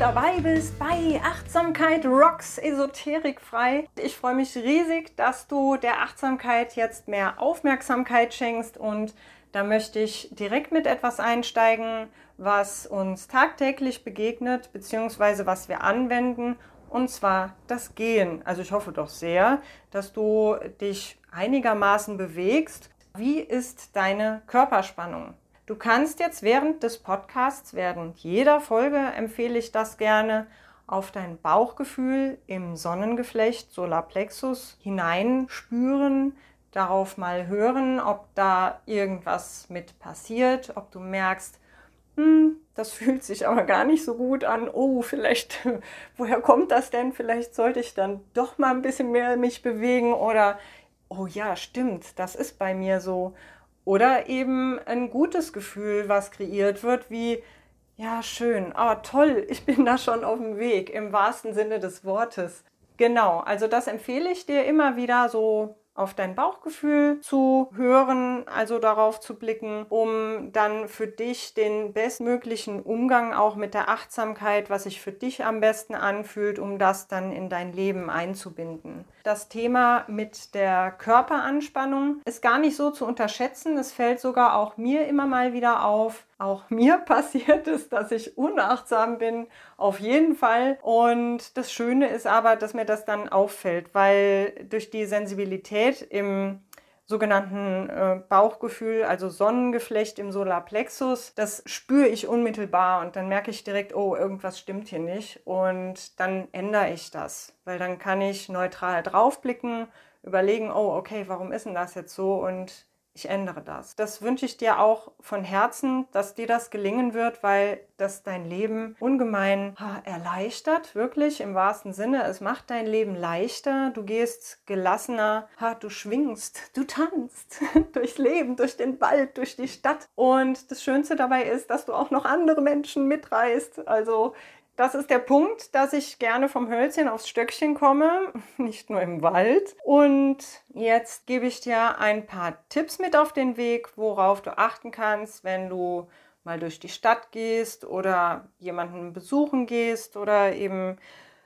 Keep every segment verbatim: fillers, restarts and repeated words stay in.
dabei bist bei Achtsamkeit Rocks Esoterikfrei. Ich freue mich riesig, dass du der Achtsamkeit jetzt mehr Aufmerksamkeit schenkst, und da möchte ich direkt mit etwas einsteigen, was uns tagtäglich begegnet, beziehungsweise was wir anwenden, und zwar das Gehen. Also ich hoffe doch sehr, dass du dich einigermaßen bewegst. Wie ist deine Körperspannung? Du kannst jetzt während des Podcasts, während jeder Folge empfehle ich das gerne, auf dein Bauchgefühl im Sonnengeflecht, Solarplexus, hineinspüren, darauf mal hören, ob da irgendwas mit passiert, ob du merkst, hm, das fühlt sich aber gar nicht so gut an, oh, vielleicht, woher kommt das denn? Vielleicht sollte ich dann doch mal ein bisschen mehr mich bewegen, oder, oh ja, stimmt, das ist bei mir so. Oder eben ein gutes Gefühl, was kreiert wird, wie, ja, schön, ah, toll, ich bin da schon auf dem Weg, im wahrsten Sinne des Wortes. Genau, also das empfehle ich dir immer wieder, so auf dein Bauchgefühl zu hören, also darauf zu blicken, um dann für dich den bestmöglichen Umgang auch mit der Achtsamkeit, was sich für dich am besten anfühlt, um das dann in dein Leben einzubinden. Das Thema mit der Körperanspannung ist gar nicht so zu unterschätzen. Es fällt sogar auch mir immer mal wieder auf. Auch mir passiert es, dass ich unachtsam bin, auf jeden Fall. Und das Schöne ist aber, dass mir das dann auffällt, weil durch die Sensibilität im sogenannten äh, Bauchgefühl, also Sonnengeflecht im Solarplexus, das spüre ich unmittelbar, und dann merke ich direkt, oh, irgendwas stimmt hier nicht, und dann ändere ich das, weil dann kann ich neutral draufblicken, überlegen, oh, okay, warum ist denn das jetzt so, und ich ändere das. Das wünsche ich dir auch von Herzen, dass dir das gelingen wird, weil das dein Leben ungemein ha, erleichtert, wirklich im wahrsten Sinne. Es macht dein Leben leichter, du gehst gelassener, ha, du schwingst, du tanzt durchs Leben, durch den Wald, durch die Stadt. Und das Schönste dabei ist, dass du auch noch andere Menschen mitreißt. Also das ist der Punkt, dass ich gerne vom Hölzchen aufs Stöckchen komme, nicht nur im Wald. Und jetzt gebe ich dir ein paar Tipps mit auf den Weg, worauf du achten kannst, wenn du mal durch die Stadt gehst oder jemanden besuchen gehst oder eben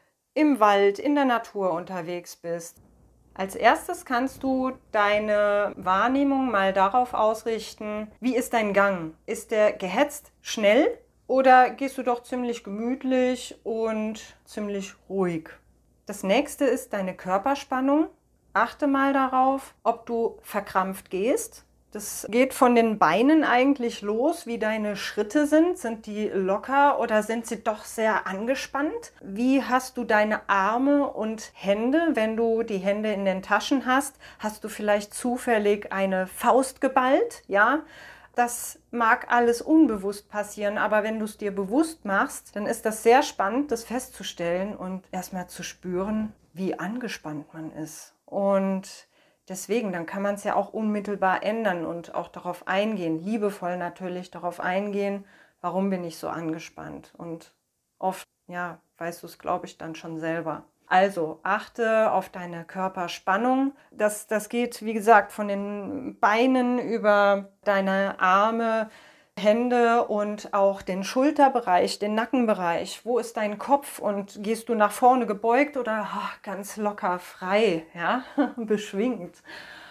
im Wald, in der Natur unterwegs bist. Als erstes kannst du deine Wahrnehmung mal darauf ausrichten, wie ist dein Gang? Ist der gehetzt, schnell? Oder gehst du doch ziemlich gemütlich und ziemlich ruhig? Das nächste ist deine Körperspannung. Achte mal darauf, ob du verkrampft gehst. Das geht von den Beinen eigentlich los, wie deine Schritte sind. Sind die locker oder sind sie doch sehr angespannt? Wie hast du deine Arme und Hände? Wenn du die Hände in den Taschen hast, hast du vielleicht zufällig eine Faust geballt? Ja? Das mag alles unbewusst passieren, aber wenn du es dir bewusst machst, dann ist das sehr spannend, das festzustellen und erstmal zu spüren, wie angespannt man ist. Und deswegen, dann kann man es ja auch unmittelbar ändern und auch darauf eingehen, liebevoll natürlich darauf eingehen, warum bin ich so angespannt. Und oft, ja, weißt du es, glaube ich, dann schon selber. Also achte auf deine Körperspannung. Das, das geht, wie gesagt, von den Beinen über deine Arme, Hände und auch den Schulterbereich, den Nackenbereich. Wo ist dein Kopf, und gehst du nach vorne gebeugt oder oh, ganz locker frei, ja, beschwingt?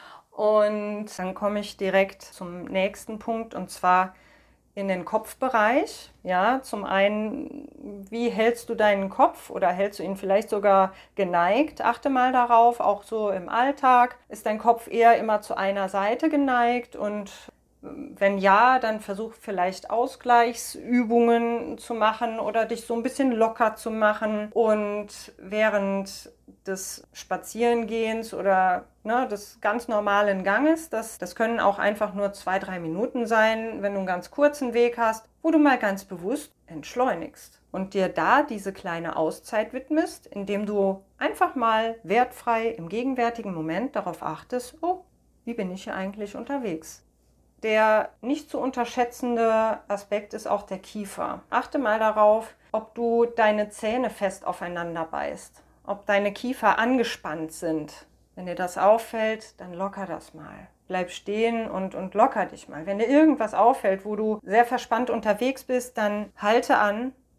Und dann komme ich direkt zum nächsten Punkt, und zwar in den Kopfbereich. Ja, zum einen, wie hältst du deinen Kopf, oder hältst du ihn vielleicht sogar geneigt? Achte mal darauf, auch so im Alltag. Ist dein Kopf eher immer zu einer Seite geneigt? Und wenn ja, dann versuch vielleicht Ausgleichsübungen zu machen oder dich so ein bisschen locker zu machen. Und während des Spazierengehens oder ne, des ganz normalen Ganges, das, das können auch einfach nur zwei, drei Minuten sein, wenn du einen ganz kurzen Weg hast, wo du mal ganz bewusst entschleunigst und dir da diese kleine Auszeit widmest, indem du einfach mal wertfrei im gegenwärtigen Moment darauf achtest, oh, wie bin ich hier eigentlich unterwegs? Der nicht zu unterschätzende Aspekt ist auch der Kiefer. Achte mal darauf, ob du deine Zähne fest aufeinander beißt, ob deine Kiefer angespannt sind. Wenn dir das auffällt, dann locker das mal. Bleib stehen und, und locker dich mal. Wenn dir irgendwas auffällt, wo du sehr verspannt unterwegs bist, dann halte an,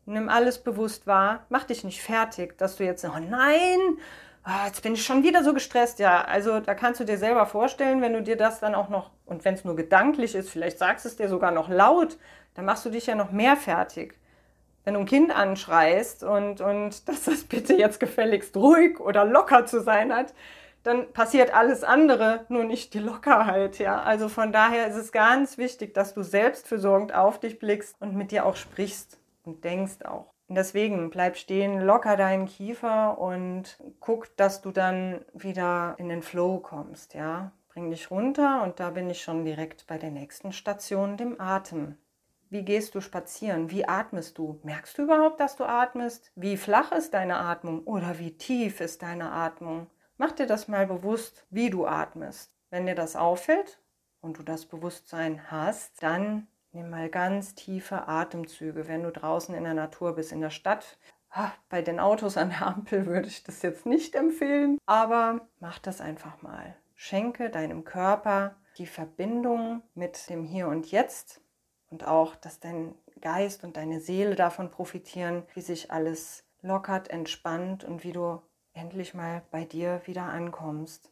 Nimm alles bewusst wahr. Mach dich nicht fertig, dass du jetzt, oh nein, oh, jetzt bin ich schon wieder so gestresst. Ja, also da kannst du dir selber vorstellen, wenn du dir das dann auch noch, und wenn es nur gedanklich ist, vielleicht sagst du es dir sogar noch laut, dann machst du dich ja noch mehr fertig. Wenn du ein Kind anschreist und, und dass das bitte jetzt gefälligst ruhig oder locker zu sein hat, dann passiert alles andere, nur nicht die Lockerheit. Ja? Also von daher ist es ganz wichtig, dass du selbstfürsorgend auf dich blickst und mit dir auch sprichst und denkst auch. Und deswegen bleib stehen, locker deinen Kiefer und guck, dass du dann wieder in den Flow kommst. Ja? Bring dich runter und da bin ich schon direkt bei der nächsten Station, dem Atem. Wie gehst du spazieren? Wie atmest du? Merkst du überhaupt, dass du atmest? Wie flach ist deine Atmung oder wie tief ist deine Atmung? Mach dir das mal bewusst, wie du atmest. Wenn dir das auffällt und du das Bewusstsein hast, dann nimm mal ganz tiefe Atemzüge, wenn du draußen in der Natur bist, in der Stadt. Bei den Autos an der Ampel würde ich das jetzt nicht empfehlen, aber mach das einfach mal. Schenke deinem Körper die Verbindung mit dem Hier und Jetzt. Und auch, dass dein Geist und deine Seele davon profitieren, wie sich alles lockert, entspannt und wie du endlich mal bei dir wieder ankommst.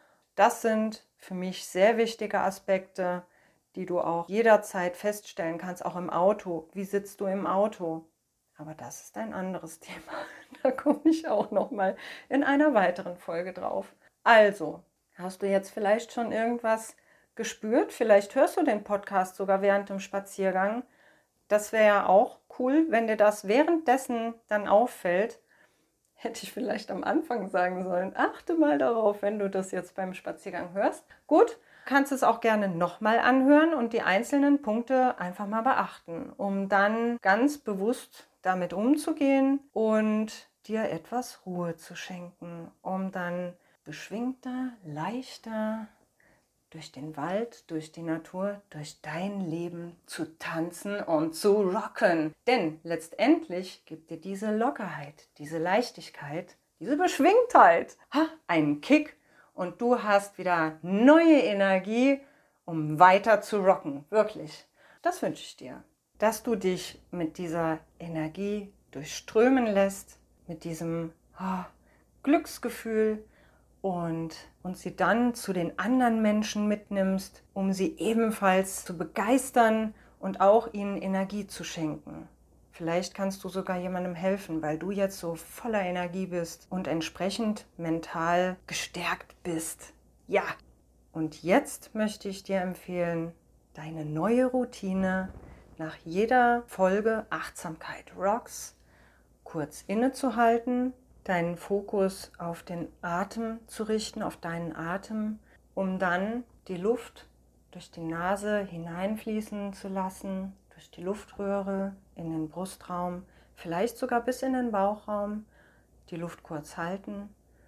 Das sind für mich sehr wichtige Aspekte, die du auch jederzeit feststellen kannst, auch im Auto. Wie sitzt du im Auto? Aber das ist ein anderes Thema. Da komme ich auch noch mal in einer weiteren Folge drauf. Also, hast du jetzt vielleicht schon irgendwas gespürt? Vielleicht hörst du den Podcast sogar während dem Spaziergang. Das wäre ja auch cool, wenn dir das währenddessen dann auffällt. Hätte ich vielleicht am Anfang sagen sollen, achte mal darauf, wenn du das jetzt beim Spaziergang hörst. Gut, kannst es auch gerne nochmal anhören und die einzelnen Punkte einfach mal beachten, um dann ganz bewusst damit umzugehen und dir etwas Ruhe zu schenken, um dann beschwingter, leichter durch den Wald, durch die Natur, durch dein Leben zu tanzen und zu rocken. Denn letztendlich gibt dir diese Lockerheit, diese Leichtigkeit, diese Beschwingtheit ha, einen Kick und du hast wieder neue Energie, um weiter zu rocken. Wirklich. Das wünsche ich dir. Dass du dich mit dieser Energie durchströmen lässt, mit diesem oh, Glücksgefühl, und, und sie dann zu den anderen Menschen mitnimmst, um sie ebenfalls zu begeistern und auch ihnen Energie zu schenken. Vielleicht kannst du sogar jemandem helfen, weil du jetzt so voller Energie bist und entsprechend mental gestärkt bist. Ja, und jetzt möchte ich dir empfehlen, deine neue Routine nach jeder Folge Achtsamkeit Rocks kurz innezuhalten, deinen Fokus auf den Atem zu richten, auf deinen Atem, um dann die Luft durch die Nase hineinfließen zu lassen, durch die Luftröhre in den Brustraum, vielleicht sogar bis in den Bauchraum, die Luft kurz halten,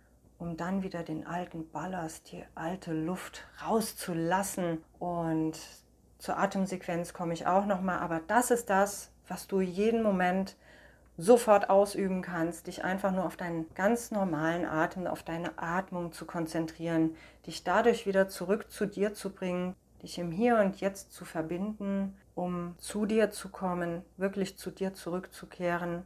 um dann wieder den alten Ballast, die alte Luft rauszulassen. Und zur Atemsequenz komme ich auch nochmal, aber das ist das, was du jeden Moment sofort ausüben kannst, dich einfach nur auf deinen ganz normalen Atem, auf deine Atmung zu konzentrieren, dich dadurch wieder zurück zu dir zu bringen, dich im Hier und Jetzt zu verbinden, um zu dir zu kommen, wirklich zu dir zurückzukehren,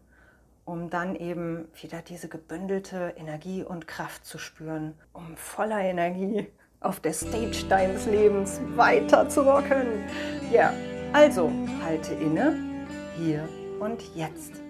um dann eben wieder diese gebündelte Energie und Kraft zu spüren, um voller Energie auf der Stage deines Lebens weiter zu rocken. Ja, also halte inne, hier und jetzt.